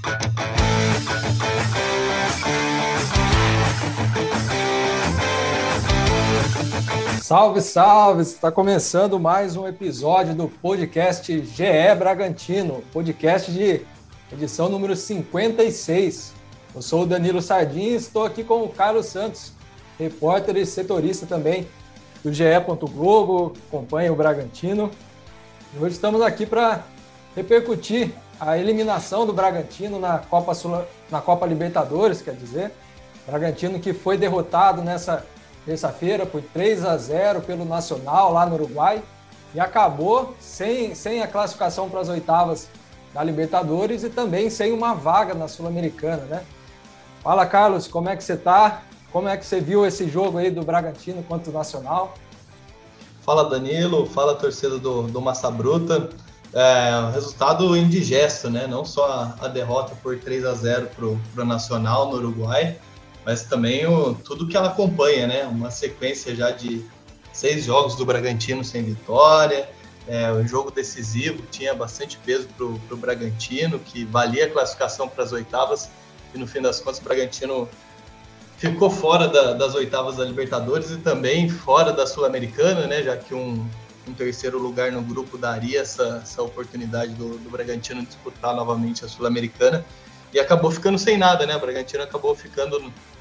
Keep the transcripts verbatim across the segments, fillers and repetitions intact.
Salve, salve! Está começando mais um episódio do podcast G E Bragantino, podcast de edição número cinquenta e seis. Eu sou o Danilo Sardim e estou aqui com o Carlos Santos, repórter e setorista também do G E. Globo, acompanha o Bragantino. E hoje estamos aqui para repercutir a eliminação do Bragantino na Copa, Sul... na Copa Libertadores, quer dizer, Bragantino que foi derrotado nessa terça-feira por três a zero pelo Nacional lá no Uruguai e acabou sem, sem a classificação para as oitavas da Libertadores e também sem uma vaga na Sul-Americana, né? Fala, Carlos, como é que você tá? Como é que você viu esse jogo aí do Bragantino contra o Nacional? Fala, Danilo, fala, torcida do, do Massa Bruta. É um resultado indigesto, né? Não só a, a derrota por três a zero para o Nacional no Uruguai, mas também o, tudo que ela acompanha, né? Uma sequência já de seis jogos do Bragantino sem vitória, é, um jogo decisivo, tinha bastante peso para o Bragantino, que valia a classificação para as oitavas, e no fim das contas o Bragantino ficou fora da, das oitavas da Libertadores e também fora da Sul-Americana, né? Já que um, um terceiro lugar no grupo daria essa, essa oportunidade do, do Bragantino disputar novamente a Sul-Americana, e acabou ficando sem nada, né? O Bragantino acabou ficando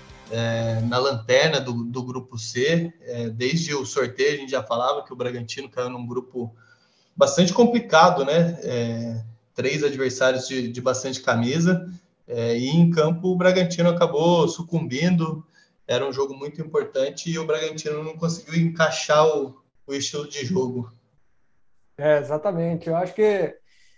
É, na lanterna do, do grupo C. É, desde o sorteio a gente já falava que o Bragantino caiu num grupo bastante complicado, né? É, três adversários de, de bastante camisa, é, e em campo o Bragantino acabou sucumbindo. Era um jogo muito importante e o Bragantino não conseguiu encaixar o, o estilo de jogo. É, exatamente. Eu acho que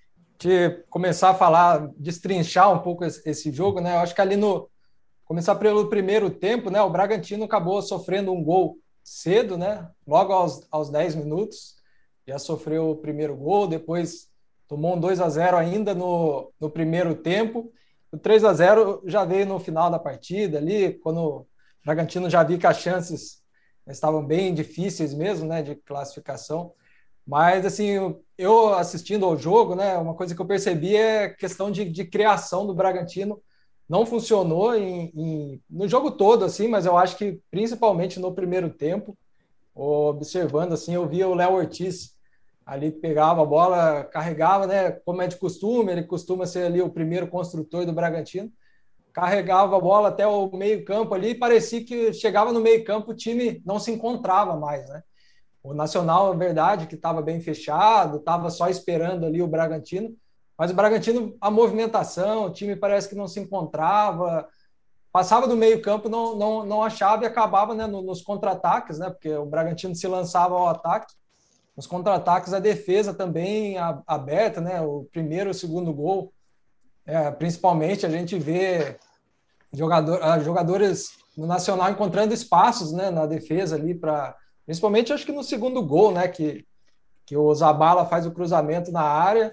de começar a falar, destrinchar um pouco esse, esse jogo, né? Eu acho que ali no Começar pelo primeiro tempo, né? O Bragantino acabou sofrendo um gol cedo, né? Logo aos, aos dez minutos, já sofreu o primeiro gol, depois tomou um dois a zero ainda no, no primeiro tempo. O três a zero já veio no final da partida ali, quando o Bragantino já viu que as chances estavam bem difíceis mesmo, né? De classificação. Mas, assim, eu assistindo ao jogo, né? Uma coisa que eu percebi é a questão de, de criação do Bragantino. Não funcionou em, em, no jogo todo, assim, mas eu acho que principalmente no primeiro tempo, observando, assim, eu via o Léo Ortiz ali, pegava a bola, carregava, né, como é de costume, ele costuma ser ali o primeiro construtor do Bragantino, carregava a bola até o meio campo ali e parecia que chegava no meio campo o time não se encontrava mais, né? O Nacional, é verdade, que estava bem fechado, estava só esperando ali o Bragantino, mas o Bragantino, a movimentação, o time parece que não se encontrava, passava do meio campo, não, não, não achava e acabava, né, nos contra-ataques, né, porque o Bragantino se lançava ao ataque, nos contra-ataques a defesa também aberta, né, o primeiro e o segundo gol, é, principalmente a gente vê jogador, jogadores no Nacional encontrando espaços, né, na defesa ali, para principalmente acho que no segundo gol, né, que, que o Zabala faz o cruzamento na área,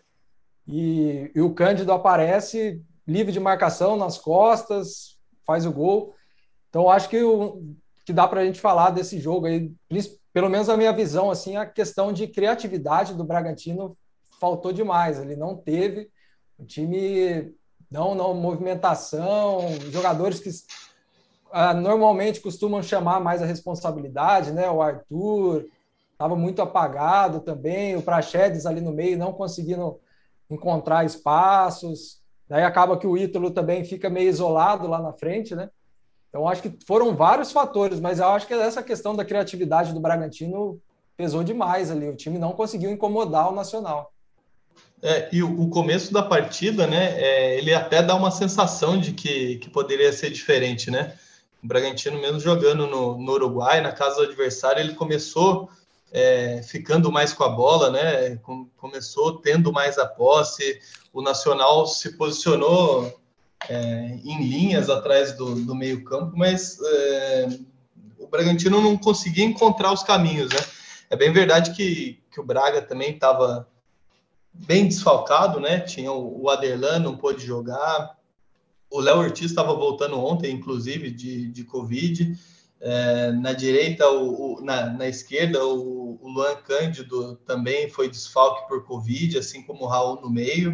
E, e o Cândido aparece livre de marcação nas costas, faz o gol. Então, acho que, o, que dá para a gente falar desse jogo aí, pelo menos a minha visão, assim, a questão de criatividade do Bragantino faltou demais. Ele não teve, o time não, não movimentação, jogadores que ah, normalmente costumam chamar mais a responsabilidade, né? O Arthur estava muito apagado também, o Praxedes ali no meio não conseguindo encontrar espaços, daí acaba que o Ítalo também fica meio isolado lá na frente, né? Então, acho que foram vários fatores, mas eu acho que essa questão da criatividade do Bragantino pesou demais ali, o time não conseguiu incomodar o Nacional. É, e o, o começo da partida, né, é, ele até dá uma sensação de que, que poderia ser diferente, né? O Bragantino, mesmo jogando no, no Uruguai, na casa do adversário, ele começou É, ficando mais com a bola, né? Com, começou tendo mais a posse, o Nacional se posicionou é, em linhas atrás do, do meio campo, mas é, o Bragantino não conseguia encontrar os caminhos, né? É bem verdade que, que o Braga também estava bem desfalcado, né? Tinha o, o Aderlan, não pôde jogar, o Léo Ortiz estava voltando ontem, inclusive, de, de Covid. É, na direita, o, o, na, na esquerda, o, o Luan Cândido também foi desfalque por Covid, assim como o Raul no meio.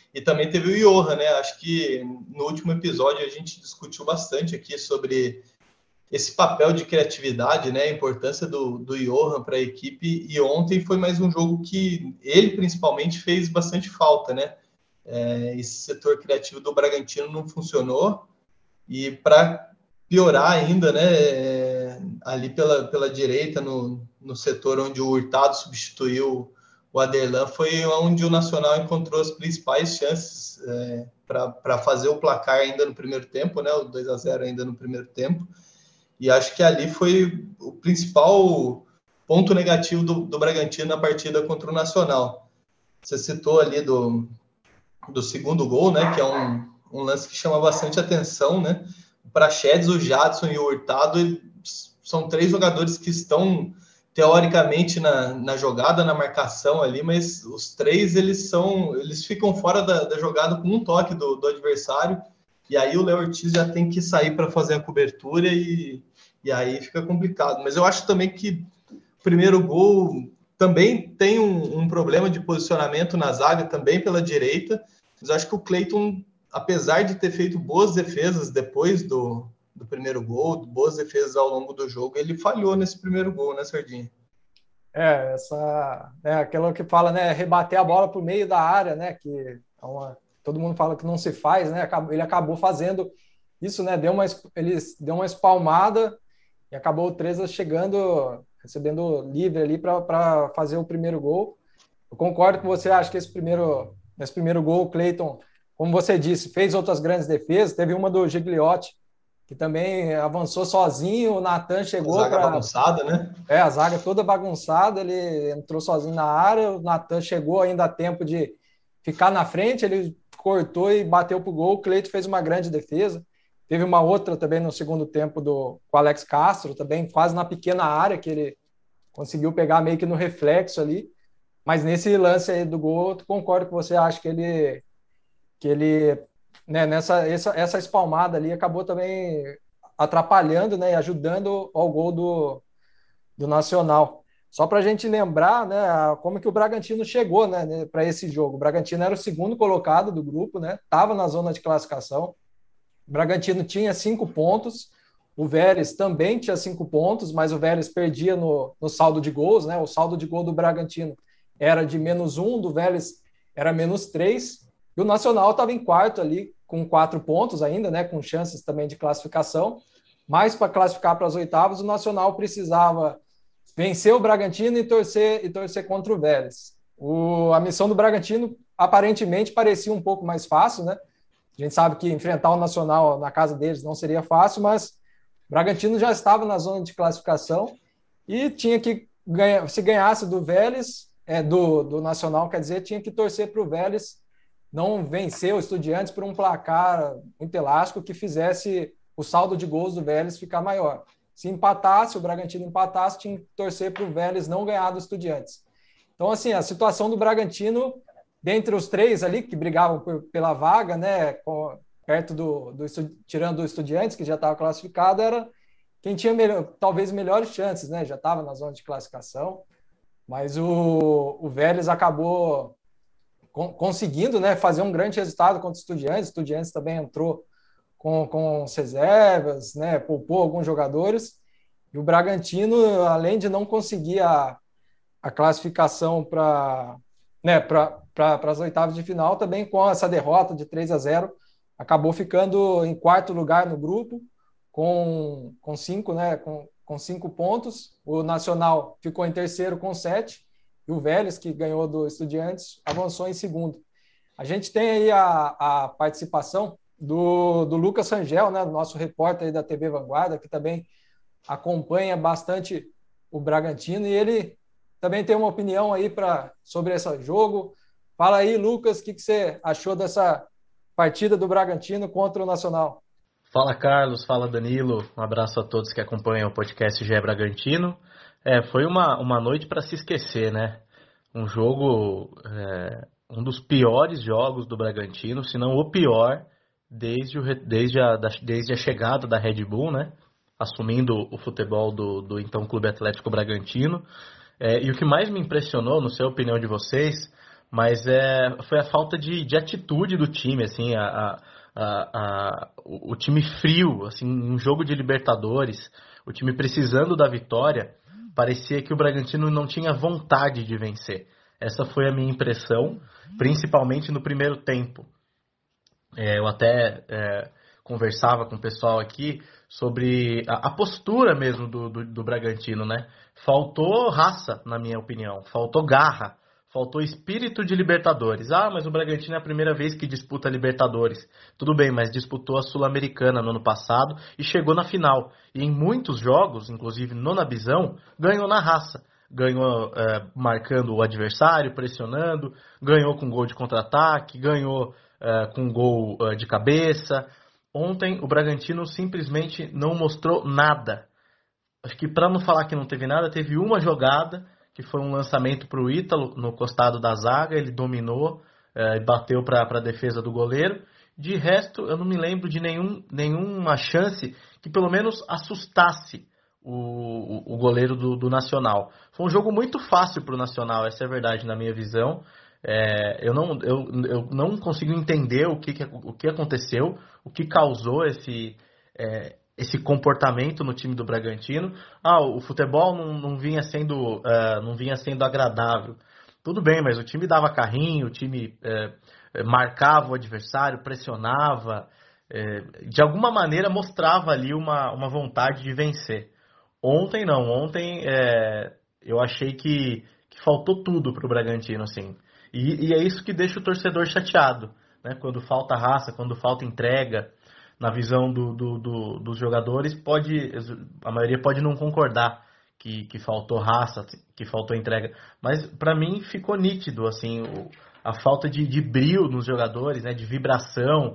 E também teve o Johan, né? Acho que no último episódio a gente discutiu bastante aqui sobre esse papel de criatividade, né? A importância do, do Johan para a equipe. E ontem foi mais um jogo que ele, principalmente, fez bastante falta, né? É, esse setor criativo do Bragantino não funcionou. E para piorar ainda, né? É, ali pela, pela direita, no, no setor onde o Hurtado substituiu o Aderlan, foi onde o Nacional encontrou as principais chances é, para fazer o placar ainda no primeiro tempo, né? O dois a zero ainda no primeiro tempo. E acho que ali foi o principal ponto negativo do, do Bragantino na partida contra o Nacional. Você citou ali do, do segundo gol, né? Que é um, um lance que chama bastante atenção, né? O Praxedes, o Jadson e o Hurtado são três jogadores que estão teoricamente na, na jogada, na marcação ali, mas os três eles são, eles ficam fora da, da jogada com um toque do, do adversário, e aí o Léo Ortiz já tem que sair para fazer a cobertura e, e aí fica complicado. Mas eu acho também que o primeiro gol também tem um, um problema de posicionamento na zaga, também pela direita, mas eu acho que o Cleiton, apesar de ter feito boas defesas depois do, do primeiro gol, boas defesas ao longo do jogo, ele falhou nesse primeiro gol, né, Sardinha? É, essa, é aquilo que fala, né, rebater a bola por meio da área, né, que é uma, todo mundo fala que não se faz, né, ele acabou fazendo isso, né, deu uma, ele deu uma espalmada e acabou o Treza chegando, recebendo livre ali para fazer o primeiro gol. Eu concordo com você, acho que esse primeiro, nesse primeiro gol, o Cleiton, como você disse, fez outras grandes defesas, teve uma do Gigliotti, que também avançou sozinho, o Natan chegou para... A zaga pra... bagunçada, né? É, a zaga toda bagunçada, ele entrou sozinho na área, o Natan chegou ainda a tempo de ficar na frente, ele cortou e bateu pro gol, o Cleiton fez uma grande defesa. Teve uma outra também no segundo tempo do, com o Alex Castro, também quase na pequena área, que ele conseguiu pegar meio que no reflexo ali. Mas nesse lance aí do gol, eu concordo com você, acho que ele, que ele né, nessa essa, essa espalmada ali acabou também atrapalhando, né, e ajudando ao gol do, do Nacional. Só para a gente lembrar, né, como que o Bragantino chegou, né, para esse jogo. O Bragantino era o segundo colocado do grupo, né, estava na zona de classificação. O Bragantino tinha cinco pontos, o Vélez também tinha cinco pontos, mas o Vélez perdia no, no saldo de gols, né? O saldo de gol do Bragantino era de menos um, do Vélez era menos três, e o Nacional estava em quarto ali, com quatro pontos ainda, né? Com chances também de classificação, mas para classificar para as oitavas, o Nacional precisava vencer o Bragantino e torcer, e torcer contra o Vélez. O, a missão do Bragantino aparentemente parecia um pouco mais fácil, né? A gente sabe que enfrentar o Nacional na casa deles não seria fácil, mas o Bragantino já estava na zona de classificação e tinha que ganhar, se ganhasse do Vélez, é, do, do Nacional, quer dizer, tinha que torcer para o Vélez não vencer o Estudiantes por um placar muito elástico que fizesse o saldo de gols do Vélez ficar maior. Se empatasse, o Bragantino empatasse, tinha que torcer para o Vélez não ganhar do Estudiantes. Então, assim, a situação do Bragantino, dentre os três ali que brigavam por, pela vaga, né, com, perto do, do tirando do Estudiantes, que já estava classificado, era quem tinha melhor, talvez melhores chances, né, já estava na zona de classificação, mas o, o Vélez acabou con, conseguindo, né, fazer um grande resultado contra o Estudiantes. O Estudiantes também entrou com, com as reservas, né, poupou alguns jogadores, e o Bragantino, além de não conseguir a, a classificação para né, para as oitavas de final, também com essa derrota de três a zero, acabou ficando em quarto lugar no grupo, com, com, cinco, né, com, com cinco pontos. O Nacional ficou em terceiro com sete, e o Vélez, que ganhou do Estudiantes, avançou em segundo. A gente tem aí a, a participação do, do Lucas Rangel, né, nosso repórter aí da T V Vanguarda, que também acompanha bastante o Bragantino, e ele também tem uma opinião aí pra, sobre esse jogo. Fala aí, Lucas, o que, que você achou dessa partida do Bragantino contra o Nacional? Fala, Carlos. Fala, Danilo. Um abraço a todos que acompanham o podcast G E Bragantino. É, foi uma, uma noite para se esquecer, né? Um jogo, é, um dos piores jogos do Bragantino, se não o pior, desde, o, desde, a, da, desde a chegada da Red Bull, né? Assumindo o futebol do, do então Clube Atlético Bragantino. É, e o que mais me impressionou, não sei a opinião de vocês, mas é, foi a falta de, de atitude do time, assim, a, a, a, a, o, o time frio, assim, um jogo de Libertadores, o time precisando da vitória, parecia que o Bragantino não tinha vontade de vencer. Essa foi a minha impressão, principalmente no primeiro tempo. É, eu até é, conversava com o pessoal aqui sobre a, a postura mesmo do, do, do Bragantino, né? Faltou raça, na minha opinião, faltou garra, faltou espírito de Libertadores. Ah, mas o Bragantino é a primeira vez que disputa a Libertadores. Tudo bem, mas disputou a Sul-Americana no ano passado e chegou na final. E em muitos jogos, inclusive no Nabizão, ganhou na raça. Ganhou é, marcando o adversário, pressionando, ganhou com gol de contra-ataque, ganhou é, com gol é, de cabeça. Ontem o Bragantino simplesmente não mostrou nada. Acho que para não falar que não teve nada, teve uma jogada, que foi um lançamento para o Ítalo no costado da zaga, ele dominou e é, bateu para a defesa do goleiro. De resto, eu não me lembro de nenhum, nenhuma chance que pelo menos assustasse o, o, o goleiro do, do Nacional. Foi um jogo muito fácil para o Nacional, essa é a verdade na minha visão. É, eu, não, eu, eu não consigo entender o que, o que aconteceu, o que causou esse, é, esse comportamento no time do Bragantino. Ah, o futebol não, não, vinha sendo, uh, não vinha sendo agradável. Tudo bem, mas o time dava carrinho, o time é, marcava o adversário, pressionava, é, de alguma maneira mostrava ali uma, uma vontade de vencer. Ontem não, ontem é, eu achei que, que faltou tudo para o Bragantino, assim. E, e é isso que deixa o torcedor chateado, né? Quando falta raça, quando falta entrega, na visão do, do, do, dos jogadores, pode, a maioria pode não concordar que, que faltou raça, que faltou entrega, mas para mim ficou nítido assim, o, a falta de, de brio nos jogadores, né? De vibração,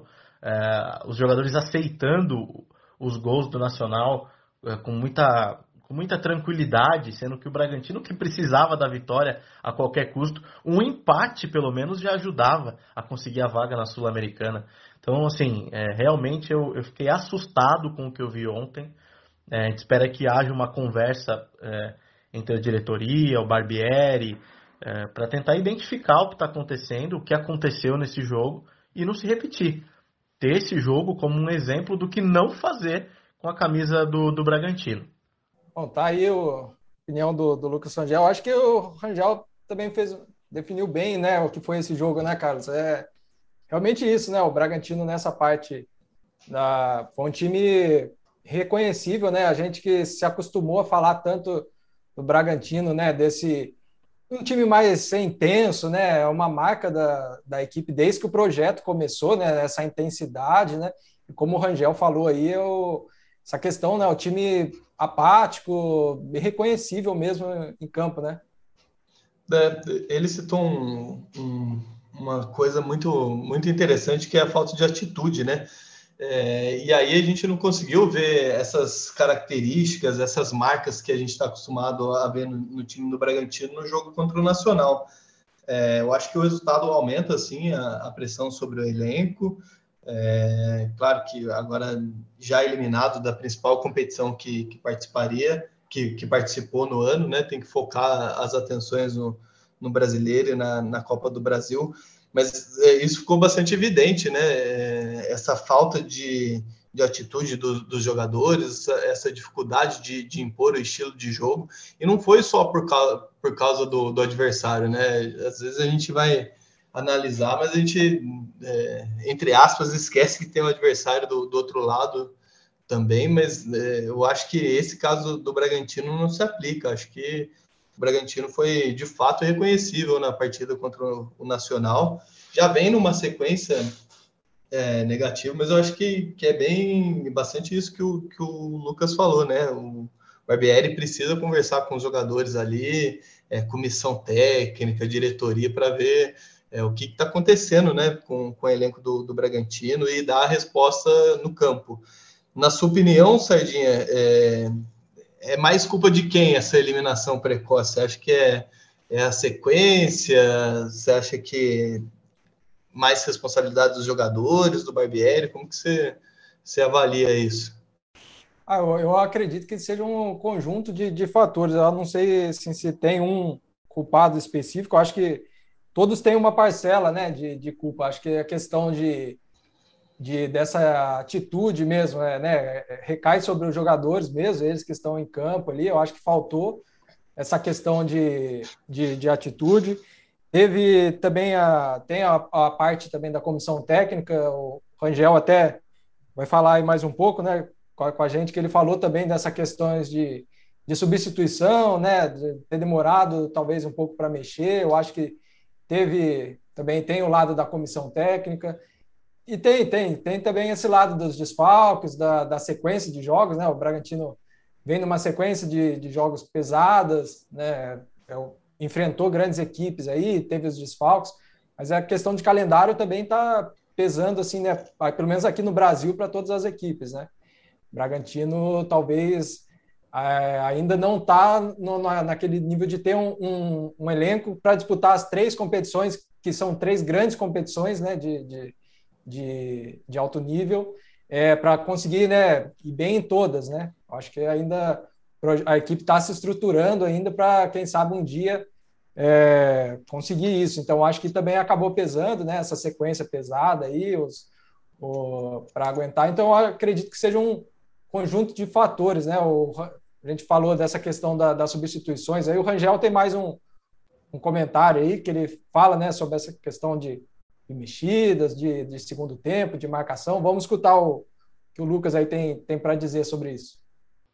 é, os jogadores aceitando os gols do Nacional é, com muita... com muita tranquilidade, sendo que o Bragantino, que precisava da vitória a qualquer custo, um empate pelo menos já ajudava a conseguir a vaga na Sul-Americana. Então, assim, é, realmente eu, eu fiquei assustado com o que eu vi ontem. É, a gente espera que haja uma conversa é, entre a diretoria, o Barbieri, é, para tentar identificar o que está acontecendo, o que aconteceu nesse jogo e não se repetir. Ter esse jogo como um exemplo do que não fazer com a camisa do, do Bragantino. Bom, tá aí a opinião do, do Lucas Rangel. Eu acho que o Rangel também fez, definiu bem, né, o que foi esse jogo, né, Carlos? É realmente isso, né? O Bragantino nessa parte da, foi um time reconhecível, né? A gente que se acostumou a falar tanto do Bragantino, né? Desse um time mais intenso, né? É uma marca da, da equipe desde que o projeto começou, né? Essa intensidade, né? E como o Rangel falou aí, eu, essa questão, né? O time apático, reconhecível mesmo em campo, né? É, ele citou um, um, uma coisa muito, muito interessante, que é a falta de atitude, né? É, e aí a gente não conseguiu ver essas características, essas marcas que a gente está acostumado a ver no, no time do Bragantino no jogo contra o Nacional. É, eu acho que o resultado aumenta, assim, a, a pressão sobre o elenco. É, claro que agora já eliminado da principal competição que, que participaria, que, que participou no ano, né? Tem que focar as atenções no, no Brasileiro e na, na Copa do Brasil. Mas é, isso ficou bastante evidente, né? É, essa falta de, de atitude do, dos jogadores, essa, essa dificuldade de, de impor o estilo de jogo. E não foi só por causa, por causa do, do adversário, né? Às vezes a gente vai analisar, mas a gente, é, entre aspas, esquece que tem um adversário do, do outro lado também, mas é, eu acho que esse caso do Bragantino não se aplica. Acho que o Bragantino foi, de fato, reconhecível na partida contra o Nacional. Já vem numa sequência é, negativa, mas eu acho que, que é bem bastante isso que o, que o Lucas falou, né? O Barbieri precisa conversar com os jogadores ali, é, comissão técnica, diretoria, para ver é, o que está acontecendo, né, com, com o elenco do, do Bragantino e dar a resposta no campo. Na sua opinião, Sardinha, é, é mais culpa de quem essa eliminação precoce? Você acha que é, é a sequência? Você acha que mais responsabilidade dos jogadores, do Barbieri? Como que você, você avalia isso? Ah, eu, eu acredito que seja um conjunto de, de fatores. Eu não sei assim, se tem um culpado específico. Eu acho que todos têm uma parcela, né, de, de culpa. Acho que a questão de, de dessa atitude mesmo, é, né, recai sobre os jogadores mesmo, eles que estão em campo ali. Eu acho que faltou essa questão de, de, de atitude. Teve também a, tem a, a parte também da comissão técnica, o Rangel até vai falar aí mais um pouco, né, com a, com a gente, que ele falou também dessas questões de, de substituição, né, de ter demorado talvez um pouco para mexer. Eu acho que teve também, tem o lado da comissão técnica, e tem, tem, tem também esse lado dos desfalques, da, da sequência de jogos, né, o Bragantino vem numa sequência de, de jogos pesadas, né, é o, enfrentou grandes equipes aí, teve os desfalques, mas a questão de calendário também está pesando, assim, né, pelo menos aqui no Brasil, para todas as equipes, né. Bragantino talvez é, ainda não está na, naquele nível de ter um, um, um elenco para disputar as três competições, que são três grandes competições, né, de, de, de, de alto nível, é, para conseguir, né, ir bem em todas, né. Acho que ainda a equipe está se estruturando ainda para, quem sabe, um dia é, conseguir isso. Então, acho que também acabou pesando, né, essa sequência pesada aí, os, para aguentar. Então, eu acredito que seja um conjunto de fatores, né? O, a gente falou dessa questão da, das substituições, aí o Rangel tem mais um, um comentário aí, que ele fala, né, sobre essa questão de, de mexidas, de, de segundo tempo, de marcação. Vamos escutar o que o Lucas aí tem, tem para dizer sobre isso.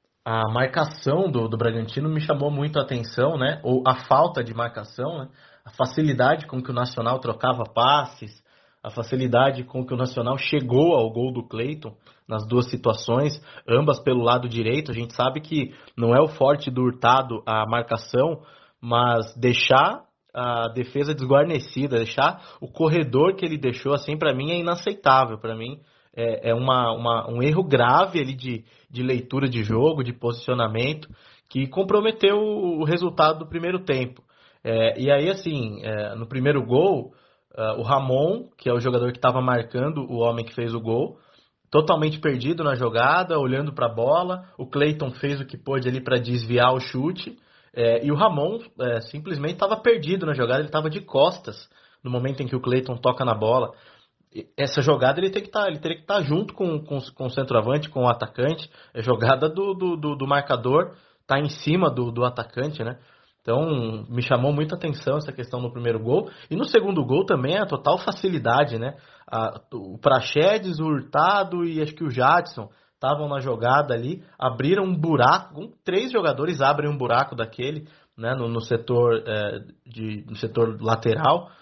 A marcação do, do Bragantino me chamou muito a atenção, né? Ou a falta de marcação, né? A facilidade com que o Nacional trocava passes, a facilidade com que o Nacional chegou ao gol do Cleiton nas duas situações, ambas pelo lado direito. A gente sabe que não é o forte do Hurtado a marcação, mas deixar a defesa desguarnecida, deixar o corredor que ele deixou, assim, para mim é inaceitável. Para mim é, é uma, uma, um erro grave ali de, de leitura de jogo, de posicionamento, que comprometeu o resultado do primeiro tempo. É, e aí, assim, é, no primeiro gol, uh, o Ramon, que é o jogador que estava marcando o homem que fez o gol, totalmente perdido na jogada, olhando para a bola. O Cleiton fez o que pôde ali para desviar o chute, é, e o Ramon é, simplesmente estava perdido na jogada, ele estava de costas no momento em que o Cleiton toca na bola. Essa jogada ele tem que tá, ele teria que estar tá junto com, com, com o centroavante, com o atacante. É jogada do, do, do, do marcador, tá em cima do, do atacante, né? Então me chamou muita atenção essa questão no primeiro gol. E no segundo gol também a total facilidade, né? A, o Praxedes, o Hurtado e acho que o Jadson estavam na jogada ali, abriram um buraco, um, três jogadores abrem um buraco daquele, né? No, no, setor, é, de, no setor lateral.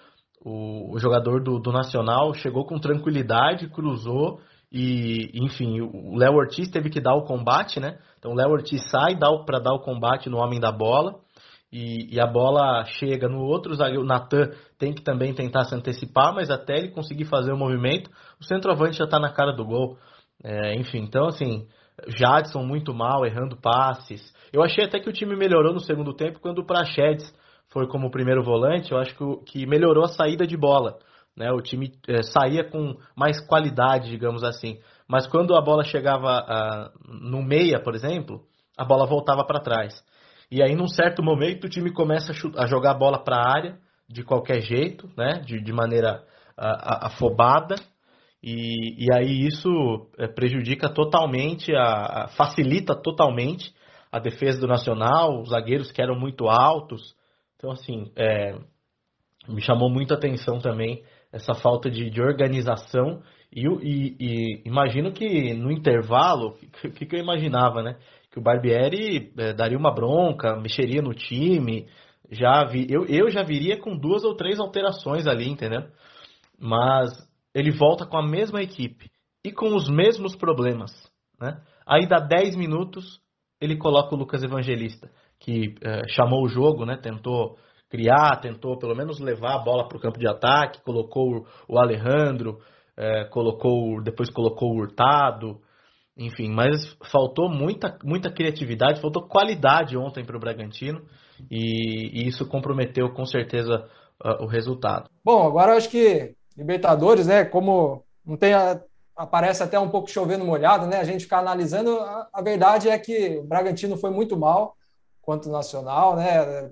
O, o jogador do, do Nacional chegou com tranquilidade, cruzou e, enfim, o Léo Ortiz teve que dar o combate, né? Então o Léo Ortiz sai para dar o combate no homem da bola e, e a bola chega no outro zagueiro. O Natan tem que também tentar se antecipar, mas até ele conseguir fazer o movimento, o centroavante já está na cara do gol. É, enfim, então assim, Jadson muito mal, errando passes. Eu achei até que o time melhorou no segundo tempo quando o Praxedes foi como primeiro volante. Eu acho que, que melhorou a saída de bola, né? O time é, saía com mais qualidade, digamos assim. Mas quando a bola chegava a, no meia, por exemplo, a bola voltava para trás. E aí, num certo momento, o time começa a, chutar, a jogar a bola para a área, de qualquer jeito, né? de, de maneira a, a, afobada. E, e aí isso é, prejudica totalmente, a, a, facilita totalmente a defesa do Nacional, os zagueiros que eram muito altos. Então, assim, é, me chamou muita atenção também essa falta de, de organização. E, e, e imagino que no intervalo, o que, que eu imaginava, né? Que o Barbieri é, daria uma bronca, mexeria no time. Já vi, eu, eu já viria com duas ou três alterações ali, entendeu? Mas ele volta com a mesma equipe e com os mesmos problemas, né? Aí dá dez minutos, ele coloca o Lucas Evangelista, que é, chamou o jogo, né? Tentou criar, tentou pelo menos levar a bola para o campo de ataque, colocou o, o Alejandro, é, colocou, depois colocou o Hurtado, enfim, mas faltou muita, muita criatividade, faltou qualidade ontem para o Bragantino e, e isso comprometeu com certeza uh, o resultado. Bom, agora eu acho que Libertadores, né, como não tem a, aparece até um pouco chovendo molhado, né, a gente ficar analisando, a, a verdade é que o Bragantino foi muito mal quanto o Nacional, né,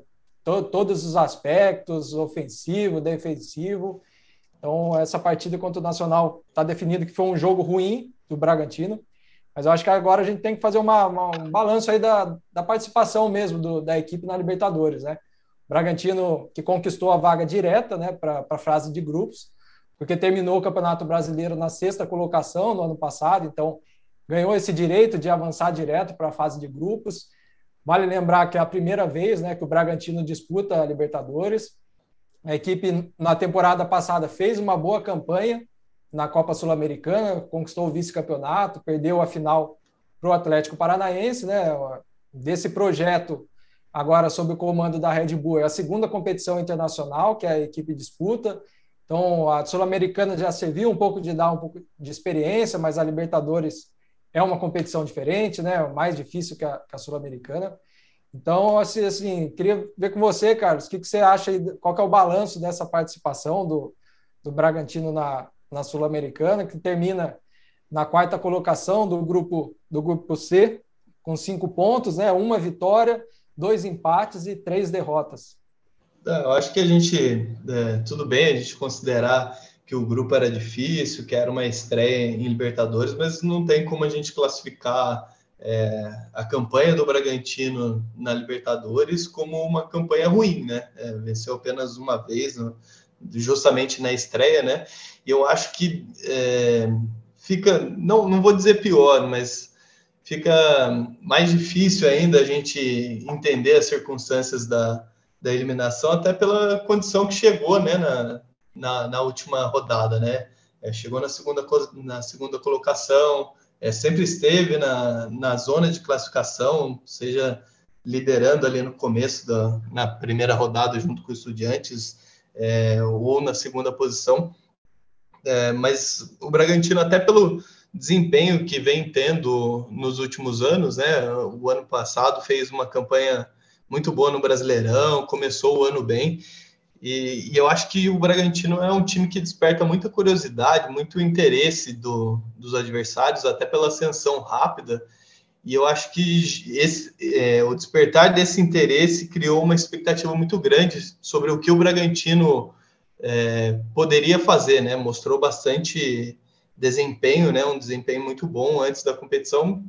to, todos os aspectos, ofensivo, defensivo. Então, essa partida contra o Nacional está definido que foi um jogo ruim do Bragantino, mas eu acho que agora a gente tem que fazer uma, uma, um balanço aí da, da participação mesmo do, da equipe na Libertadores, né? O Bragantino que conquistou a vaga direta, né, para a fase de grupos, porque terminou o Campeonato Brasileiro na sexta colocação no ano passado, então ganhou esse direito de avançar direto para a fase de grupos. Vale lembrar que é a primeira vez, né, que o Bragantino disputa a Libertadores. A equipe, na temporada passada, fez uma boa campanha na Copa Sul-Americana, conquistou o vice-campeonato, perdeu a final para o Atlético Paranaense, né? Desse projeto, agora sob o comando da Red Bull, é a segunda competição internacional que a equipe disputa. Então, a Sul-Americana já serviu um pouco de dar um pouco de experiência, mas a Libertadores é uma competição diferente, né? Mais difícil que a, que a Sul-Americana. Então, assim, assim, queria ver com você, Carlos, o que, que você acha aí, qual que é o balanço dessa participação do, do Bragantino na, na Sul-Americana, que termina na quarta colocação do grupo, do grupo C, com cinco pontos, né? Uma vitória, dois empates e três derrotas. Eu acho que a gente, é, tudo bem a gente considerar que o grupo era difícil, que era uma estreia em Libertadores, mas não tem como a gente classificar é, a campanha do Bragantino na Libertadores como uma campanha ruim, né? É, venceu apenas uma vez, no, justamente na estreia, né? E eu acho que é, fica, não, não vou dizer pior, mas fica mais difícil ainda a gente entender as circunstâncias da, da eliminação, até pela condição que chegou, né, na, na, na última rodada, né? É, chegou na segunda, na segunda colocação, é, sempre esteve na, na zona de classificação, seja liderando ali no começo, da, na primeira rodada junto com os Estudiantes, é, ou na segunda posição. É, mas o Bragantino, até pelo desempenho que vem tendo nos últimos anos, né? O ano passado fez uma campanha muito boa no Brasileirão, começou o ano bem, e, e eu acho que o Bragantino é um time que desperta muita curiosidade, muito interesse do, dos adversários, até pela ascensão rápida, e eu acho que esse, é, o despertar desse interesse criou uma expectativa muito grande sobre o que o Bragantino é, poderia fazer, né? Mostrou bastante desempenho, né? Um desempenho muito bom antes da competição.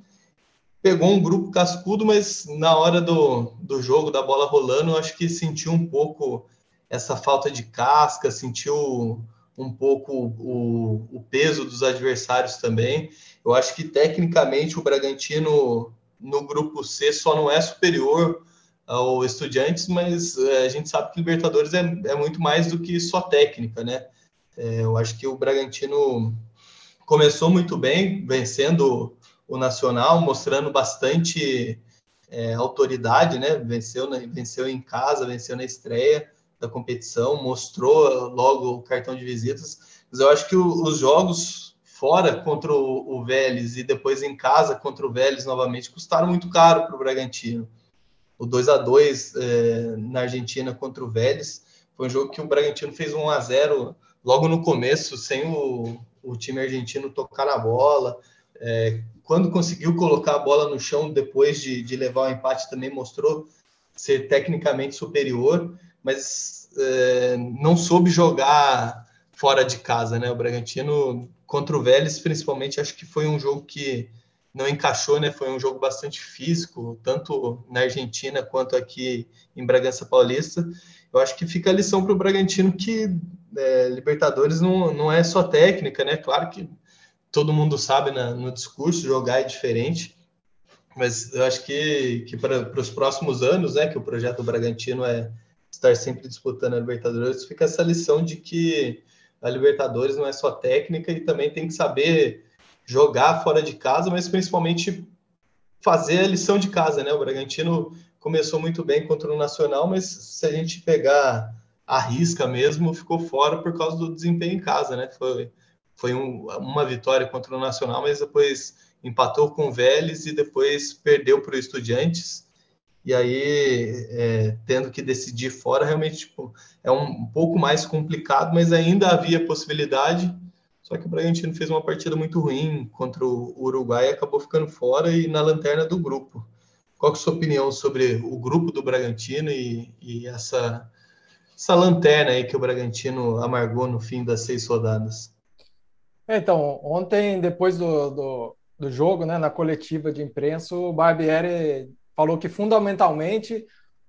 Pegou um grupo cascudo, mas na hora do, do jogo, da bola rolando, eu acho que sentiu um pouco essa falta de casca, sentiu um pouco o, o peso dos adversários também. Eu acho que tecnicamente o Bragantino no grupo C só não é superior ao Estudiantes, mas é, a gente sabe que Libertadores é, é muito mais do que só técnica, né? É, eu acho que o Bragantino começou muito bem, vencendo o Nacional, mostrando bastante é, autoridade, né? Venceu, na, venceu em casa, venceu na estreia da competição, mostrou logo o cartão de visitas. Mas eu acho que o, os jogos fora contra o, o Vélez e depois em casa contra o Vélez novamente custaram muito caro para o Bragantino. O dois a dois é, na Argentina contra o Vélez foi um jogo que o Bragantino fez um a zero logo no começo, sem o, o time argentino tocar na bola. É, quando conseguiu colocar a bola no chão depois de, de levar o empate, também mostrou ser tecnicamente superior, mas é, não soube jogar fora de casa, né? O Bragantino contra o Vélez, principalmente, acho que foi um jogo que não encaixou, né? Foi um jogo bastante físico, tanto na Argentina quanto aqui em Bragança Paulista. Eu acho que fica a lição para o Bragantino que é, Libertadores não, não é só técnica, né? Claro que todo mundo sabe na, no discurso, jogar é diferente, mas eu acho que, que para os próximos anos, né, que o projeto do Bragantino é estar sempre disputando a Libertadores, fica essa lição de que a Libertadores não é só técnica e também tem que saber jogar fora de casa, mas principalmente fazer a lição de casa, né? O Bragantino começou muito bem contra o Nacional, mas se a gente pegar a risca mesmo, ficou fora por causa do desempenho em casa, né? Foi Foi um, uma vitória contra o Nacional, mas depois empatou com o Vélez e depois perdeu para o Estudiantes. E aí, é, tendo que decidir fora, realmente tipo, é um, um pouco mais complicado, mas ainda havia possibilidade. Só que o Bragantino fez uma partida muito ruim contra o Uruguai e acabou ficando fora e na lanterna do grupo. Qual que é a sua opinião sobre o grupo do Bragantino e, e essa, essa lanterna aí que o Bragantino amargou no fim das seis rodadas? Então, ontem, depois do, do, do jogo, né, na coletiva de imprensa, o Barbieri falou que fundamentalmente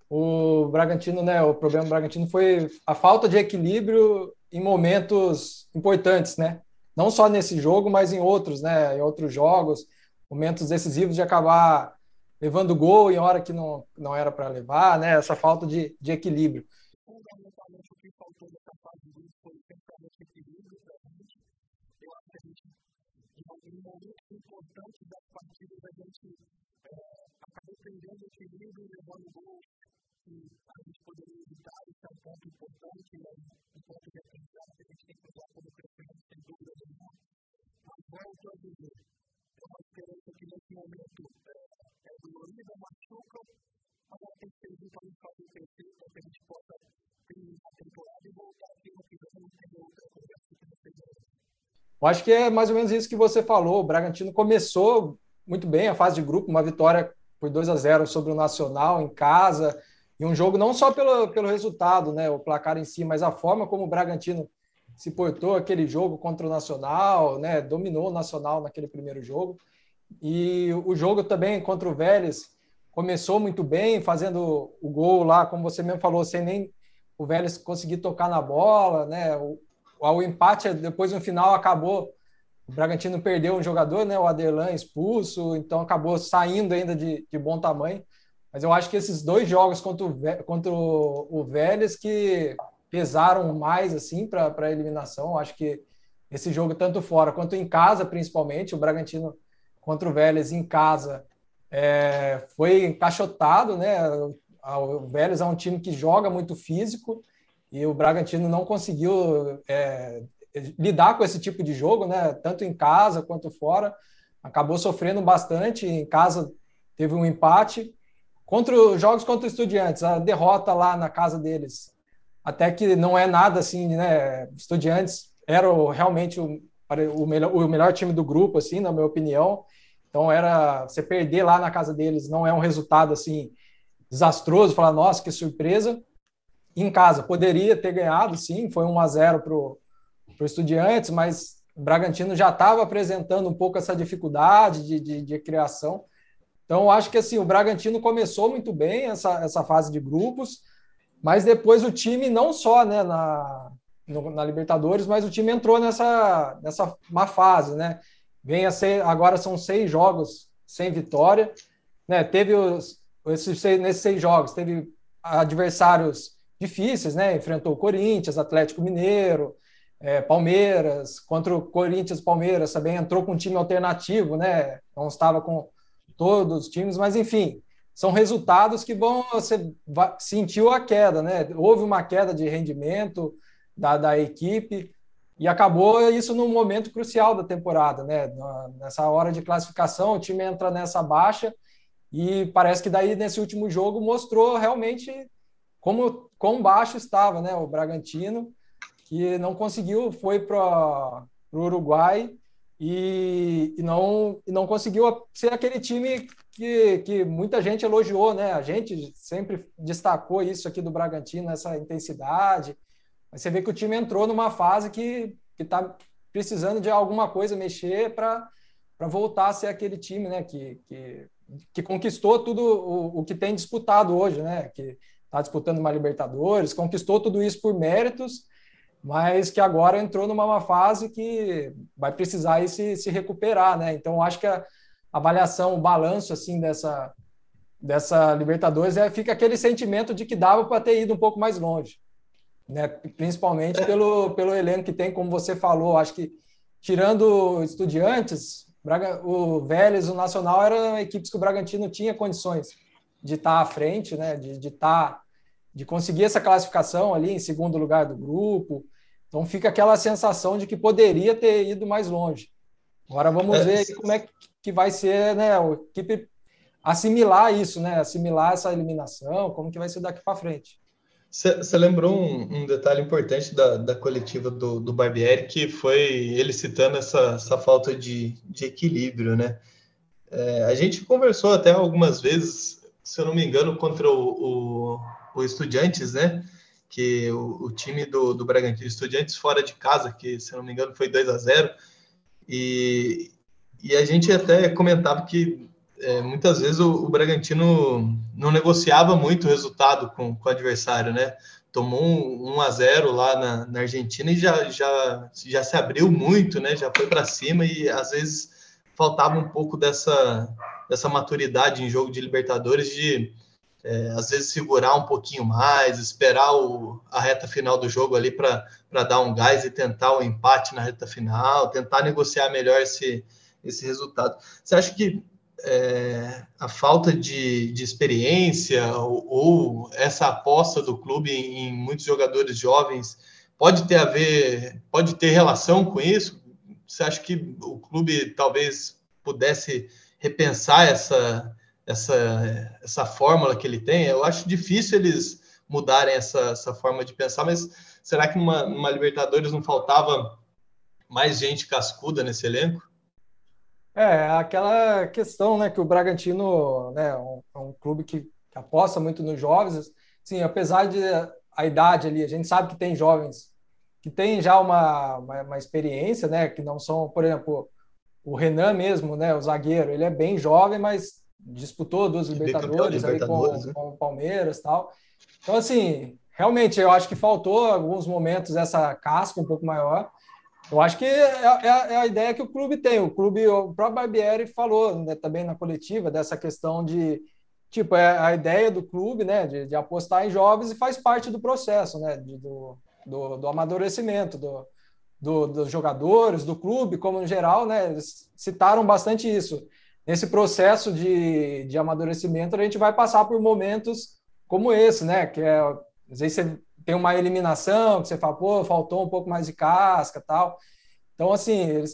o Bragantino, né, o problema do Bragantino foi a falta de equilíbrio em momentos importantes, né? Não só nesse jogo, mas em outros, né, em outros jogos, momentos decisivos de acabar levando gol em hora que não, não era para levar, né? Essa falta de, de equilíbrio. Fundamentalmente, o que faltou nessa fase de grupo foi principalmente equilíbrio para a gente. Eu acho que a gente, em momentos importantes das partidas, a gente é, acabou perdendo o equilíbrio e levando gol. Que a gente poderia evitar, isso é um ponto importante, é um ponto de aprendizado que a gente tem que usar como crescimento, sem dúvida nenhuma. Mas volto a dizer, é uma esperança que nesse momento é, é dolorida, machuca, mas ela tem que ser para nos fazer crescer, para que a gente possa terminar a temporada e voltar aqui no que não tem outra conversa que não seja. Eu acho que é mais ou menos isso que você falou. O Bragantino começou muito bem a fase de grupo, uma vitória por dois a zero sobre o Nacional em casa. E um jogo não só pelo, pelo resultado, né, o placar em si, mas a forma como o Bragantino se portou aquele jogo contra o Nacional, né, dominou o Nacional naquele primeiro jogo. E o jogo também contra o Vélez começou muito bem, fazendo o gol lá, como você mesmo falou, sem nem o Vélez conseguir tocar na bola, né? O, o empate depois no final acabou, o Bragantino perdeu um jogador, né, o Aderlan expulso, então acabou saindo ainda de, de bom tamanho. Mas eu acho que esses dois jogos contra o, contra o Vélez que pesaram mais assim, para a eliminação. Eu acho que esse jogo, tanto fora quanto em casa, principalmente, o Bragantino contra o Vélez em casa é, foi encaixotado, né? O Vélez é um time que joga muito físico e o Bragantino não conseguiu é, lidar com esse tipo de jogo, né? Tanto em casa quanto fora. Acabou sofrendo bastante. Em casa teve um empate. Contra os jogos contra os Estudiantes, a derrota lá na casa deles, até que não é nada assim, né? Estudiantes era realmente o, o, melhor, o melhor time do grupo, assim, na minha opinião. Então, era você perder lá na casa deles não é um resultado assim desastroso, falar, nossa, que surpresa. Em casa, poderia ter ganhado, sim, foi um a zero para o Estudiantes, mas o Bragantino já estava apresentando um pouco essa dificuldade de, de, de criação. Então, eu acho que assim, o Bragantino começou muito bem essa, essa fase de grupos, mas depois o time, não só né, na, no, na Libertadores, mas o time entrou nessa, nessa má fase. Né? Vem a ser, agora são seis jogos sem vitória. Né? Teve os, esses seis, nesses seis jogos, teve adversários difíceis, né? Enfrentou o Corinthians, Atlético Mineiro, é, Palmeiras. Contra o Corinthians, Palmeiras também entrou com um time alternativo, né? Não estava com todos os times, mas enfim, são resultados que vão, você sentiu a queda, né? Houve uma queda de rendimento da, da equipe e acabou isso num momento crucial da temporada, né? Nessa hora de classificação, o time entra nessa baixa e parece que daí nesse último jogo mostrou realmente como quão baixo estava, né? O Bragantino, que não conseguiu, foi para o Uruguai E, e, não, e não conseguiu ser aquele time que, que muita gente elogiou, né? A gente sempre destacou isso aqui do Bragantino, essa intensidade. Mas você vê que o time entrou numa fase que está precisando de alguma coisa mexer para voltar a ser aquele time, né? Que, que, que conquistou tudo o, o que tem disputado hoje, né? Que está disputando uma Libertadores, conquistou tudo isso por méritos, mas que agora entrou numa fase que vai precisar aí se, se recuperar, né? Então, acho que a avaliação, o balanço, assim, dessa, dessa Libertadores é, fica aquele sentimento de que dava para ter ido um pouco mais longe, né? Principalmente pelo, pelo elenco que tem, como você falou. Acho que, tirando Estudiantes, o Vélez, o Nacional, eram equipes que o Bragantino tinha condições de estar à frente, né? De, de estar... de conseguir essa classificação ali em segundo lugar do grupo. Então fica aquela sensação de que poderia ter ido mais longe. Agora vamos ver como é que vai ser, né, a equipe assimilar isso, né, assimilar essa eliminação, como que vai ser daqui para frente. Você lembrou um, um detalhe importante da, da coletiva do, do Barbieri, que foi ele citando essa, essa falta de, de equilíbrio, né? É, a gente conversou até algumas vezes se eu não me engano, contra o, o, o Estudiantes, né? Que o, o time do, do Bragantino, Estudiantes fora de casa, que, se eu não me engano, foi dois a zero. E, e a gente até comentava que é, muitas vezes o, o Bragantino não negociava muito o resultado com, com o adversário, né? Tomou um, um a zero lá na, na Argentina e já, já, já se abriu muito, né? Já foi para cima e às vezes faltava um pouco dessa, dessa maturidade em jogo de Libertadores de é, às vezes segurar um pouquinho mais, esperar o, a reta final do jogo ali para dar um gás e tentar o empate na reta final, tentar negociar melhor esse, esse resultado. Você acha que é, a falta de, de experiência ou, ou essa aposta do clube em, em muitos jogadores jovens pode ter a ver, pode ter relação com isso? Você acha que o clube talvez pudesse repensar essa, essa, essa fórmula que ele tem? Eu acho difícil eles mudarem essa, essa forma de pensar, mas será que numa, numa Libertadores não faltava mais gente cascuda nesse elenco? É, aquela questão, né, que o Bragantino, né, é um, é um clube que, que aposta muito nos jovens. Sim, apesar de a idade ali, a gente sabe que tem jovens que têm já uma, uma, uma experiência, né, que não são, por exemplo, o Renan mesmo, né, o zagueiro, ele é bem jovem, mas disputou duas Libertadores ali Libertadores, com, né? com o Palmeiras e tal. Então, assim, realmente eu acho que faltou em alguns momentos essa casca um pouco maior. Eu acho que é, é, é a ideia que o clube tem. O clube, o próprio Barbieri falou, né, também na coletiva dessa questão de, tipo, é a ideia do clube, né, de, de apostar em jovens e faz parte do processo, né, de, do, do, do amadurecimento do, do, dos jogadores, do clube, como no geral, né, eles citaram bastante isso. Nesse processo de, de amadurecimento, a gente vai passar por momentos como esse, né, que é, às vezes você tem uma eliminação, que você fala, pô, faltou um pouco mais de casca, tal. Então, assim, eles,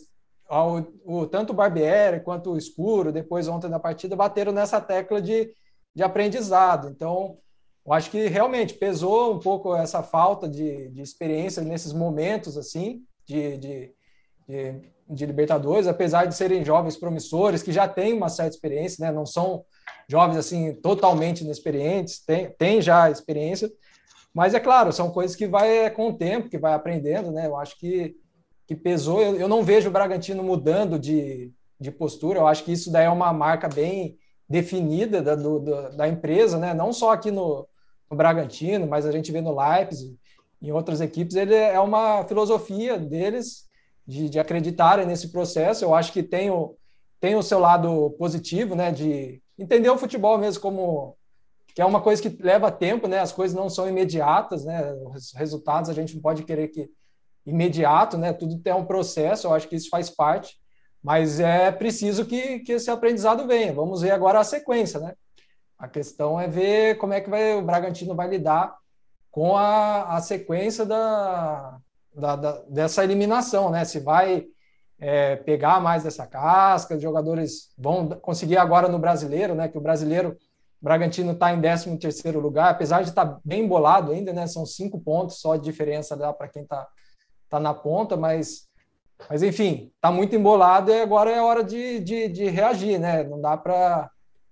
o, o, tanto o Barbieri quanto o Escuro, depois ontem da partida, bateram nessa tecla de, de aprendizado. Então, eu acho que realmente pesou um pouco essa falta de, de experiência nesses momentos, assim, de, de, de, de Libertadores, apesar de serem jovens promissores, que já têm uma certa experiência, né? Não são jovens, assim, totalmente inexperientes, têm, têm já experiência. Mas é claro, são coisas que vai com o tempo, que vai aprendendo, né? Eu acho que, que pesou. Eu, eu não vejo o Bragantino mudando de, de postura. Eu acho que isso daí é uma marca bem definida da, do, da empresa, né? Não só aqui no, no Bragantino, mas a gente vê no Leipzig, em outras equipes. Ele é uma filosofia deles de, de acreditarem nesse processo. Eu acho que tem o, tem o seu lado positivo, né? De entender o futebol mesmo como que é uma coisa que leva tempo, né? As coisas não são imediatas, né? Os resultados a gente não pode querer que imediato, né? Tudo tem um processo, eu acho que isso faz parte, mas é preciso que, que esse aprendizado venha. Vamos ver agora a sequência, né? A questão é ver como é que vai, o Bragantino vai lidar com a, a sequência da, da, da, dessa eliminação, né? Se vai é, pegar mais dessa casca, os jogadores vão conseguir agora no Brasileiro, né? Que o Brasileiro o Bragantino está em décimo terceiro lugar, apesar de estar tá bem embolado ainda, né? São cinco pontos só de diferença para quem está tá na ponta, mas, mas enfim, está muito embolado e agora é hora de, de, de reagir, né? Não dá para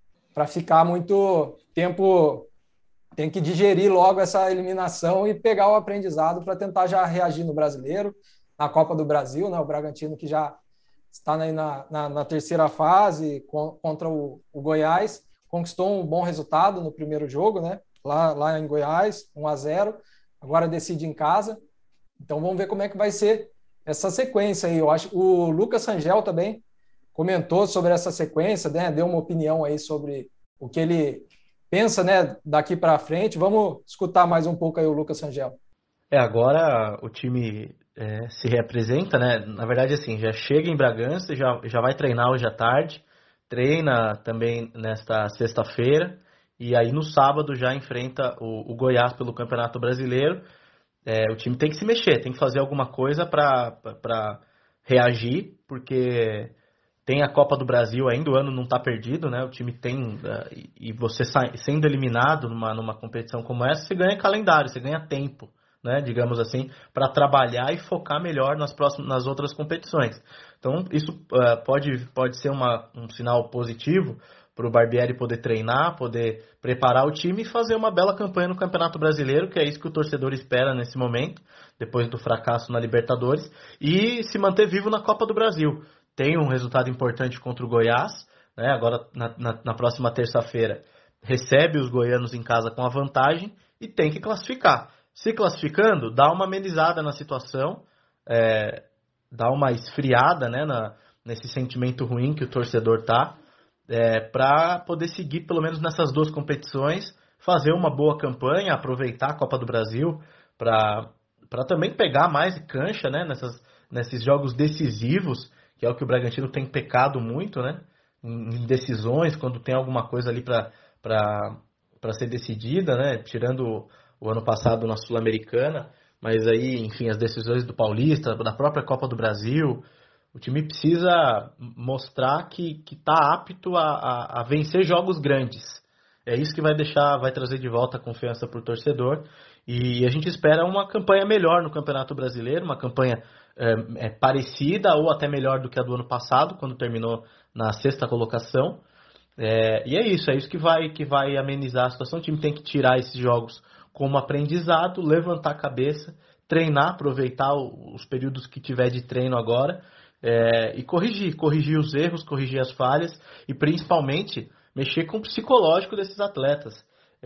ficar muito tempo, tem que digerir logo essa eliminação e pegar o aprendizado para tentar já reagir no Brasileiro, na Copa do Brasil, né? O Bragantino que já está na, na, na terceira fase contra o, o Goiás, conquistou um bom resultado no primeiro jogo, né? Lá, lá em Goiás, um a zero. Agora decide em casa. Então vamos ver como é que vai ser essa sequência aí. Eu acho que o Lucas Rangel também comentou sobre essa sequência, né? Deu uma opinião aí sobre o que ele pensa, né? Daqui para frente. Vamos escutar mais um pouco aí o Lucas Rangel. É, agora o time é, se reapresenta, né? Na verdade, assim, já chega em Bragança, já, já vai treinar hoje à tarde. Treina também nesta sexta-feira e aí no sábado já enfrenta o, o Goiás pelo Campeonato Brasileiro. É, o time tem que se mexer, tem que fazer alguma coisa para reagir, porque tem a Copa do Brasil ainda, o ano não está perdido, né? O time tem, uh, e você sa- sendo eliminado numa, numa competição como essa, você ganha calendário, você ganha tempo, né, digamos assim, para trabalhar e focar melhor nas, próximas, nas outras competições. Então, isso uh, pode, pode ser uma, um sinal positivo, para o Barbieri poder treinar, poder preparar o time e fazer uma bela campanha no Campeonato Brasileiro, que é isso que o torcedor espera nesse momento, depois do fracasso na Libertadores, e se manter vivo na Copa do Brasil. Tem um resultado importante contra o Goiás, né? Agora na, na, na próxima terça-feira recebe os goianos em casa com a vantagem e tem que classificar. Se classificando, dá uma amenizada na situação, é, dá uma esfriada, né, na, nesse sentimento ruim que o torcedor está, é, para poder seguir pelo menos nessas duas competições, fazer uma boa campanha, aproveitar a Copa do Brasil para também pegar mais cancha, né, nessas, nesses jogos decisivos, que é o que o Bragantino tem pecado muito, né, em decisões, quando tem alguma coisa ali para para ser decidida, né, tirando o, o ano passado na Sul-Americana, mas aí, enfim, as decisões do Paulista, da própria Copa do Brasil. O time precisa mostrar que está apto a, a, a vencer jogos grandes. É isso que vai deixar, vai trazer de volta a confiança para o torcedor. E a gente espera uma campanha melhor no Campeonato Brasileiro, uma campanha é, é, parecida ou até melhor do que a do ano passado, quando terminou na sexta colocação. É, e é isso, é isso que vai, que vai amenizar a situação. O time tem que tirar esses jogos como aprendizado, levantar a cabeça, treinar, aproveitar os períodos que tiver de treino agora. É, e corrigir, corrigir os erros, corrigir as falhas e principalmente mexer com o psicológico desses atletas.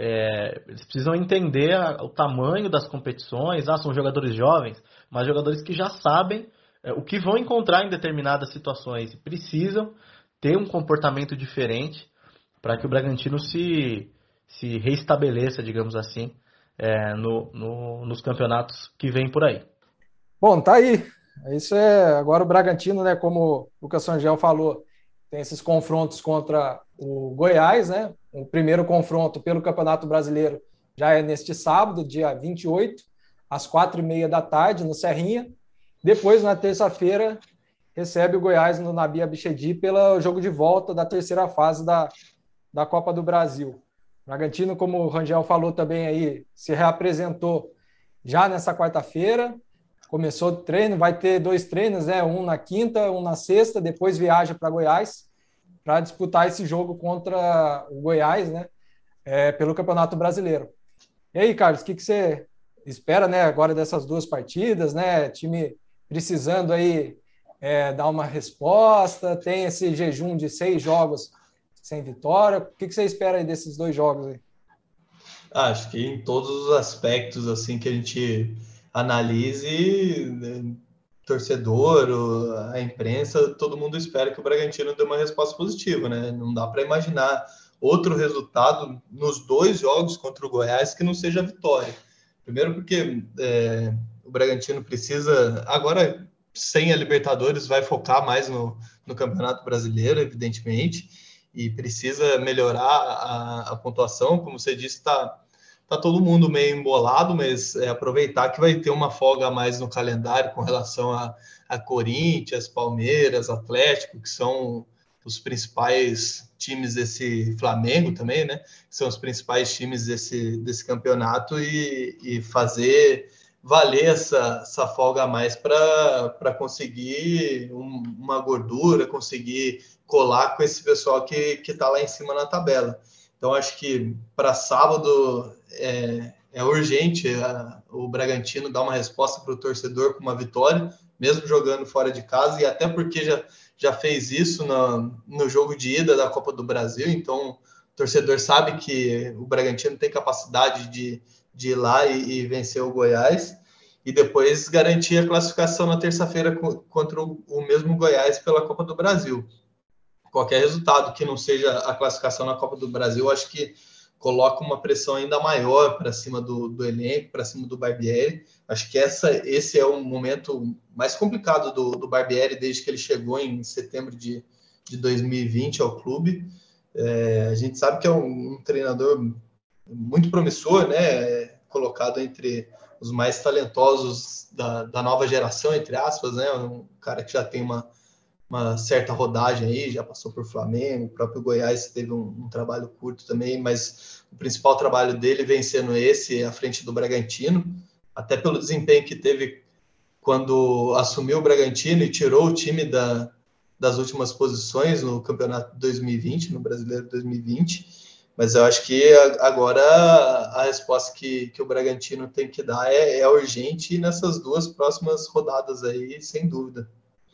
É, eles precisam entender a, o tamanho das competições. Ah, são jogadores jovens, mas jogadores que já sabem é, o que vão encontrar em determinadas situações e precisam ter um comportamento diferente para que o Bragantino se, se reestabeleça, digamos assim, é, no, no, nos campeonatos que vêm por aí. Bom, tá aí. Isso é agora o Bragantino, né? Como o Lucas Sangel falou, tem esses confrontos contra o Goiás, né? O primeiro confronto pelo Campeonato Brasileiro já é neste sábado, dia vinte e oito, às quatro e meia da tarde, no Serrinha. Depois, na terça-feira, recebe o Goiás no Nabi Abichedi pelo jogo de volta da terceira fase da, da Copa do Brasil. O Bragantino, como o Rangel falou também aí, se reapresentou já nessa quarta-feira. Começou o treino, vai ter dois treinos, né? Um na quinta, um na sexta, depois viaja para Goiás para disputar esse jogo contra o Goiás, né? É, pelo Campeonato Brasileiro. E aí, Carlos, o que, que você espera, né? Agora dessas duas partidas, né? Time precisando aí é, dar uma resposta, tem esse jejum de seis jogos sem vitória. O que, que você espera aí desses dois jogos aí? Acho que em todos os aspectos assim que a gente analise, né, torcedor, a imprensa, todo mundo espera que o Bragantino dê uma resposta positiva, né? Não dá para imaginar outro resultado nos dois jogos contra o Goiás que não seja vitória. Primeiro porque é, o Bragantino precisa, agora sem a Libertadores, vai focar mais no, no Campeonato Brasileiro, evidentemente, e precisa melhorar a, a pontuação. Como você disse, está tá todo mundo meio embolado, mas é aproveitar que vai ter uma folga a mais no calendário com relação a, a Corinthians, Palmeiras, Atlético, que são os principais times desse Flamengo também, né? Que são os principais times desse, desse campeonato e, e fazer valer essa, essa folga a mais para conseguir um, uma gordura, conseguir colar com esse pessoal que está lá em cima na tabela. Então, acho que para sábado é, é urgente a, o Bragantino dar uma resposta para o torcedor com uma vitória, mesmo jogando fora de casa, e até porque já, já fez isso no, no jogo de ida da Copa do Brasil. Então, o torcedor sabe que o Bragantino tem capacidade de, de ir lá e, e vencer o Goiás, e depois garantir a classificação na terça-feira contra o, o mesmo Goiás pela Copa do Brasil. Qualquer resultado que não seja a classificação na Copa do Brasil, acho que coloca uma pressão ainda maior para cima do, do elenco, para cima do Barbieri. Acho que essa, esse é o momento mais complicado do, do Barbieri desde que ele chegou em setembro de, de dois mil e vinte ao clube. É, a gente sabe que é um, um treinador muito promissor, né? Colocado entre os mais talentosos da, da nova geração, entre aspas, né? Um cara que já tem uma uma certa rodagem aí, já passou por Flamengo, o próprio Goiás teve um, um trabalho curto também, mas o principal trabalho dele vem sendo esse, à frente do Bragantino, até pelo desempenho que teve quando assumiu o Bragantino e tirou o time da, das últimas posições no Campeonato dois mil e vinte, no Brasileiro dois mil e vinte, mas eu acho que agora a resposta que, que o Bragantino tem que dar é, é urgente nessas duas próximas rodadas aí, sem dúvida.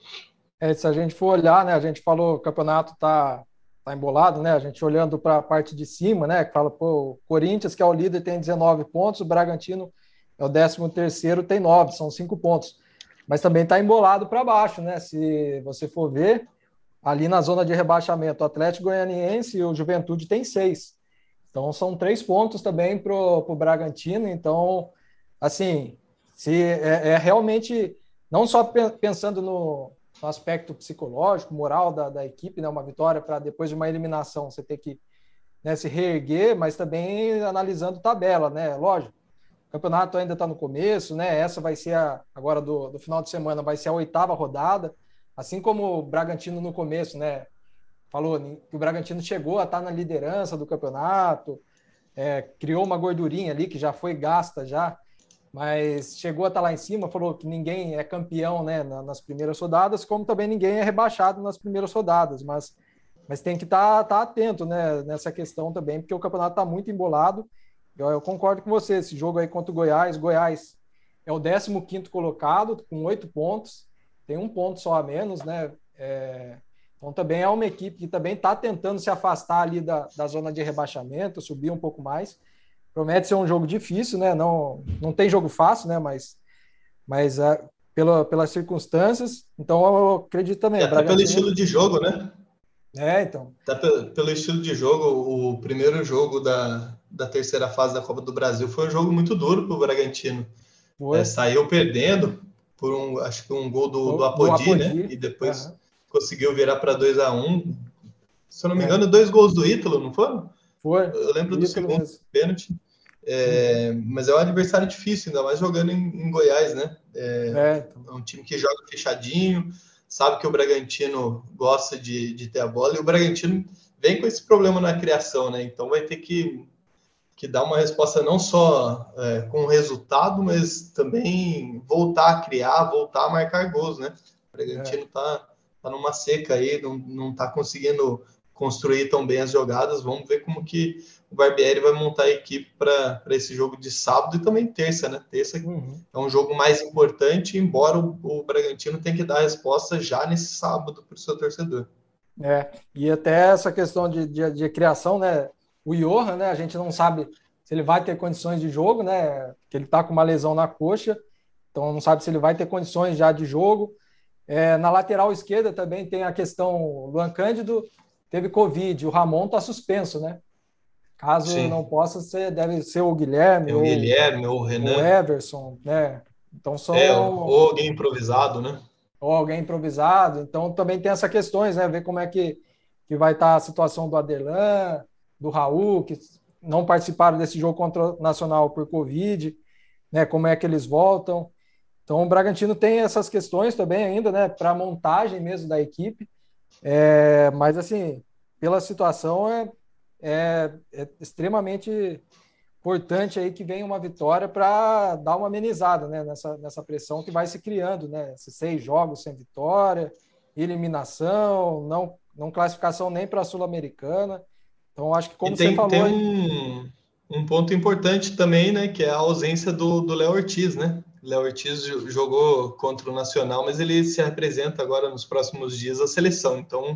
É, se a gente for olhar, né, a gente falou, o campeonato tá, tá embolado, né, a gente olhando para a parte de cima, né, que fala, pô, o Corinthians, que é o líder, tem dezenove pontos, o Bragantino é o décimo terceiro, tem nove, são cinco pontos. Mas também está embolado para baixo, né, se você for ver, ali na zona de rebaixamento, o Atlético Goianiense e o Juventude tem seis. Então, são três pontos também para o Bragantino. Então, assim, se é, é realmente, não só pensando no, no aspecto psicológico, moral da, da equipe, né, uma vitória para depois de uma eliminação você ter que, né, se reerguer, mas também analisando tabela, né? Lógico, o campeonato ainda está no começo, né? Essa vai ser a, agora do, do final de semana, vai ser a oitava rodada, assim como o Bragantino no começo, né? Falou que o Bragantino chegou a estar na liderança do campeonato, é, criou uma gordurinha ali que já foi gasta já, mas chegou a estar lá em cima, falou que ninguém é campeão, né, nas primeiras rodadas, como também ninguém é rebaixado nas primeiras rodadas, mas, mas tem que estar, estar atento, né, nessa questão também, porque o campeonato está muito embolado. Eu, eu concordo com você, esse jogo aí contra o Goiás, Goiás é o décimo quinto colocado, com oito pontos, tem um ponto só a menos, né, é, então também é uma equipe que também está tentando se afastar ali da, da zona de rebaixamento, subir um pouco mais. Promete ser um jogo difícil, né? Não, não tem jogo fácil, né? Mas, mas é, pela, pelas circunstâncias. Então eu acredito também. E até Bragantino... pelo estilo de jogo, né? É, então. Até pelo, pelo estilo de jogo, o primeiro jogo da, da terceira fase da Copa do Brasil foi um jogo muito duro para o Bragantino. É, saiu perdendo por um, acho que um gol do, do, do Apodi, Apodi, né? E depois uhum. conseguiu virar para dois a um. Se eu não me engano, é. dois gols do Ítalo, não foram? Foi. Eu lembro do segundo mesmo. Pênalti. É, uhum. Mas é um adversário difícil, ainda mais jogando em, em Goiás, né? É, é, então. é um time que joga fechadinho, sabe que o Bragantino gosta de, de ter a bola, e o Bragantino vem com esse problema na criação, né? Então vai ter que, que dar uma resposta não só é, com o resultado, mas também voltar a criar, voltar a marcar gols, né? O Bragantino é. tá, tá numa seca aí, não, não tá conseguindo construir tão bem as jogadas. Vamos ver como que o Barbieri vai montar a equipe para esse jogo de sábado e também terça, né? Terça uhum. é um jogo mais importante, embora o, o Bragantino tenha que dar a resposta já nesse sábado para o seu torcedor. É, e até essa questão de, de, de criação, né? O Johan, né? A gente não sabe se ele vai ter condições de jogo, né? Porque ele tá com uma lesão na coxa, então não sabe se ele vai ter condições já de jogo. É, na lateral esquerda também tem a questão, Luan Cândido teve Covid, o Ramon está suspenso, né? Caso Sim. não possa ser, deve ser o Guilherme, é o ou, Guilherme, ou o Renan, o Everson, né? Então são é, ou alguém improvisado, né? Ou alguém improvisado. Então também tem essas questões, né? Ver como é que, que vai estar a situação do Aderlan, do Raul, que não participaram desse jogo contra o Nacional por Covid, né? Como é que eles voltam? Então o Bragantino tem essas questões também ainda, né? Para a montagem mesmo da equipe. É, mas, assim, pela situação, é, é, é extremamente importante aí que venha uma vitória para dar uma amenizada, né, nessa, nessa pressão que vai se criando, né? Esses seis jogos sem vitória, eliminação, não, não classificação nem para a Sul-Americana. Então, acho que, como tem, você falou... Tem um, um ponto importante também, né, que é a ausência do, do Léo Ortiz, né? Léo Ortiz jogou contra o Nacional, mas ele se representa agora nos próximos dias a seleção. Então,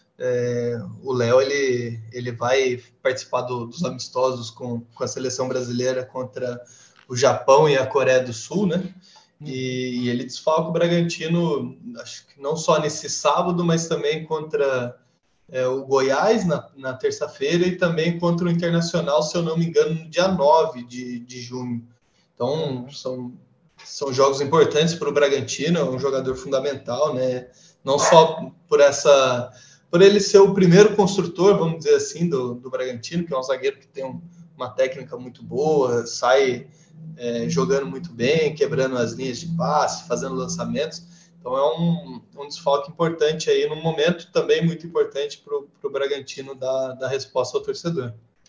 é, o Léo ele, ele vai participar do, dos amistosos com, com a seleção brasileira contra o Japão e a Coreia do Sul, né? E, e ele desfalca o Bragantino, acho que não só nesse sábado, mas também contra é, o Goiás na, na terça-feira e também contra o Internacional, se eu não me engano, no dia nove de, de junho. Então, são... São jogos importantes para o Bragantino, é um jogador fundamental, né? Não só por essa, por ele ser o primeiro construtor, vamos dizer assim, do, do Bragantino, que é um zagueiro que tem um, uma técnica muito boa, sai é, jogando muito bem, quebrando as linhas de passe, fazendo lançamentos. Então é um, um desfalque importante aí, num momento também muito importante para o Bragantino dar, dar resposta ao torcedor.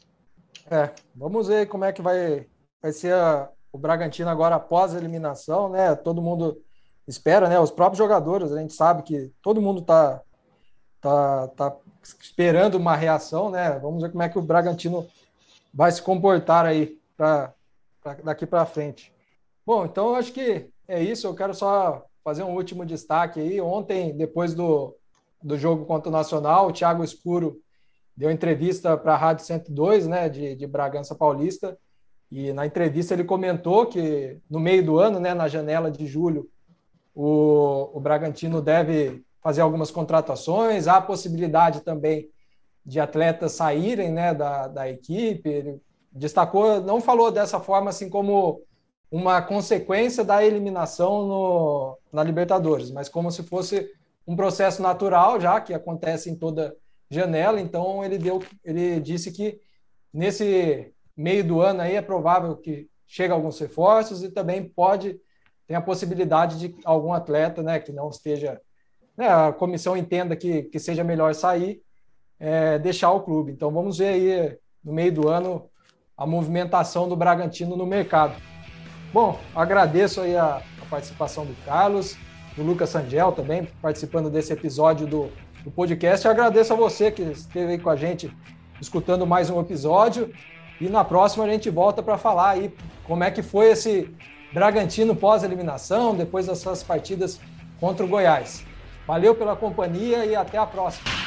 É, vamos ver como é que vai, vai ser a o Bragantino agora após a eliminação, né? Todo mundo espera, né? Os próprios jogadores, a gente sabe que todo mundo está tá, tá esperando uma reação, né? Vamos ver como é que o Bragantino vai se comportar aí pra, pra daqui para frente. Bom, então eu acho que é isso. Eu quero só fazer um último destaque aí. Ontem, depois do, do jogo contra o Nacional, o Thiago Escuro deu entrevista para a Rádio cento e dois, né, de, de Bragança Paulista, e na entrevista ele comentou que no meio do ano, né, na janela de julho, o, o Bragantino deve fazer algumas contratações, há a possibilidade também de atletas saírem, né, da, da equipe. Ele destacou, não falou dessa forma assim como uma consequência da eliminação no, na Libertadores, mas como se fosse um processo natural, já que acontece em toda janela. Então ele deu, ele disse que nesse meio do ano aí é provável que chegue alguns reforços e também pode ter a possibilidade de algum atleta, né, que não esteja, né, a comissão entenda que, que seja melhor sair, é, deixar o clube. Então vamos ver aí no meio do ano a movimentação do Bragantino no mercado. Bom, agradeço aí a, a participação do Carlos, do Lucas Sangel também, participando desse episódio do, do podcast. Eu agradeço a você que esteve aí com a gente, escutando mais um episódio. E na próxima a gente volta para falar aí como é que foi esse Bragantino pós-eliminação, depois dessas partidas contra o Goiás. Valeu pela companhia e até a próxima.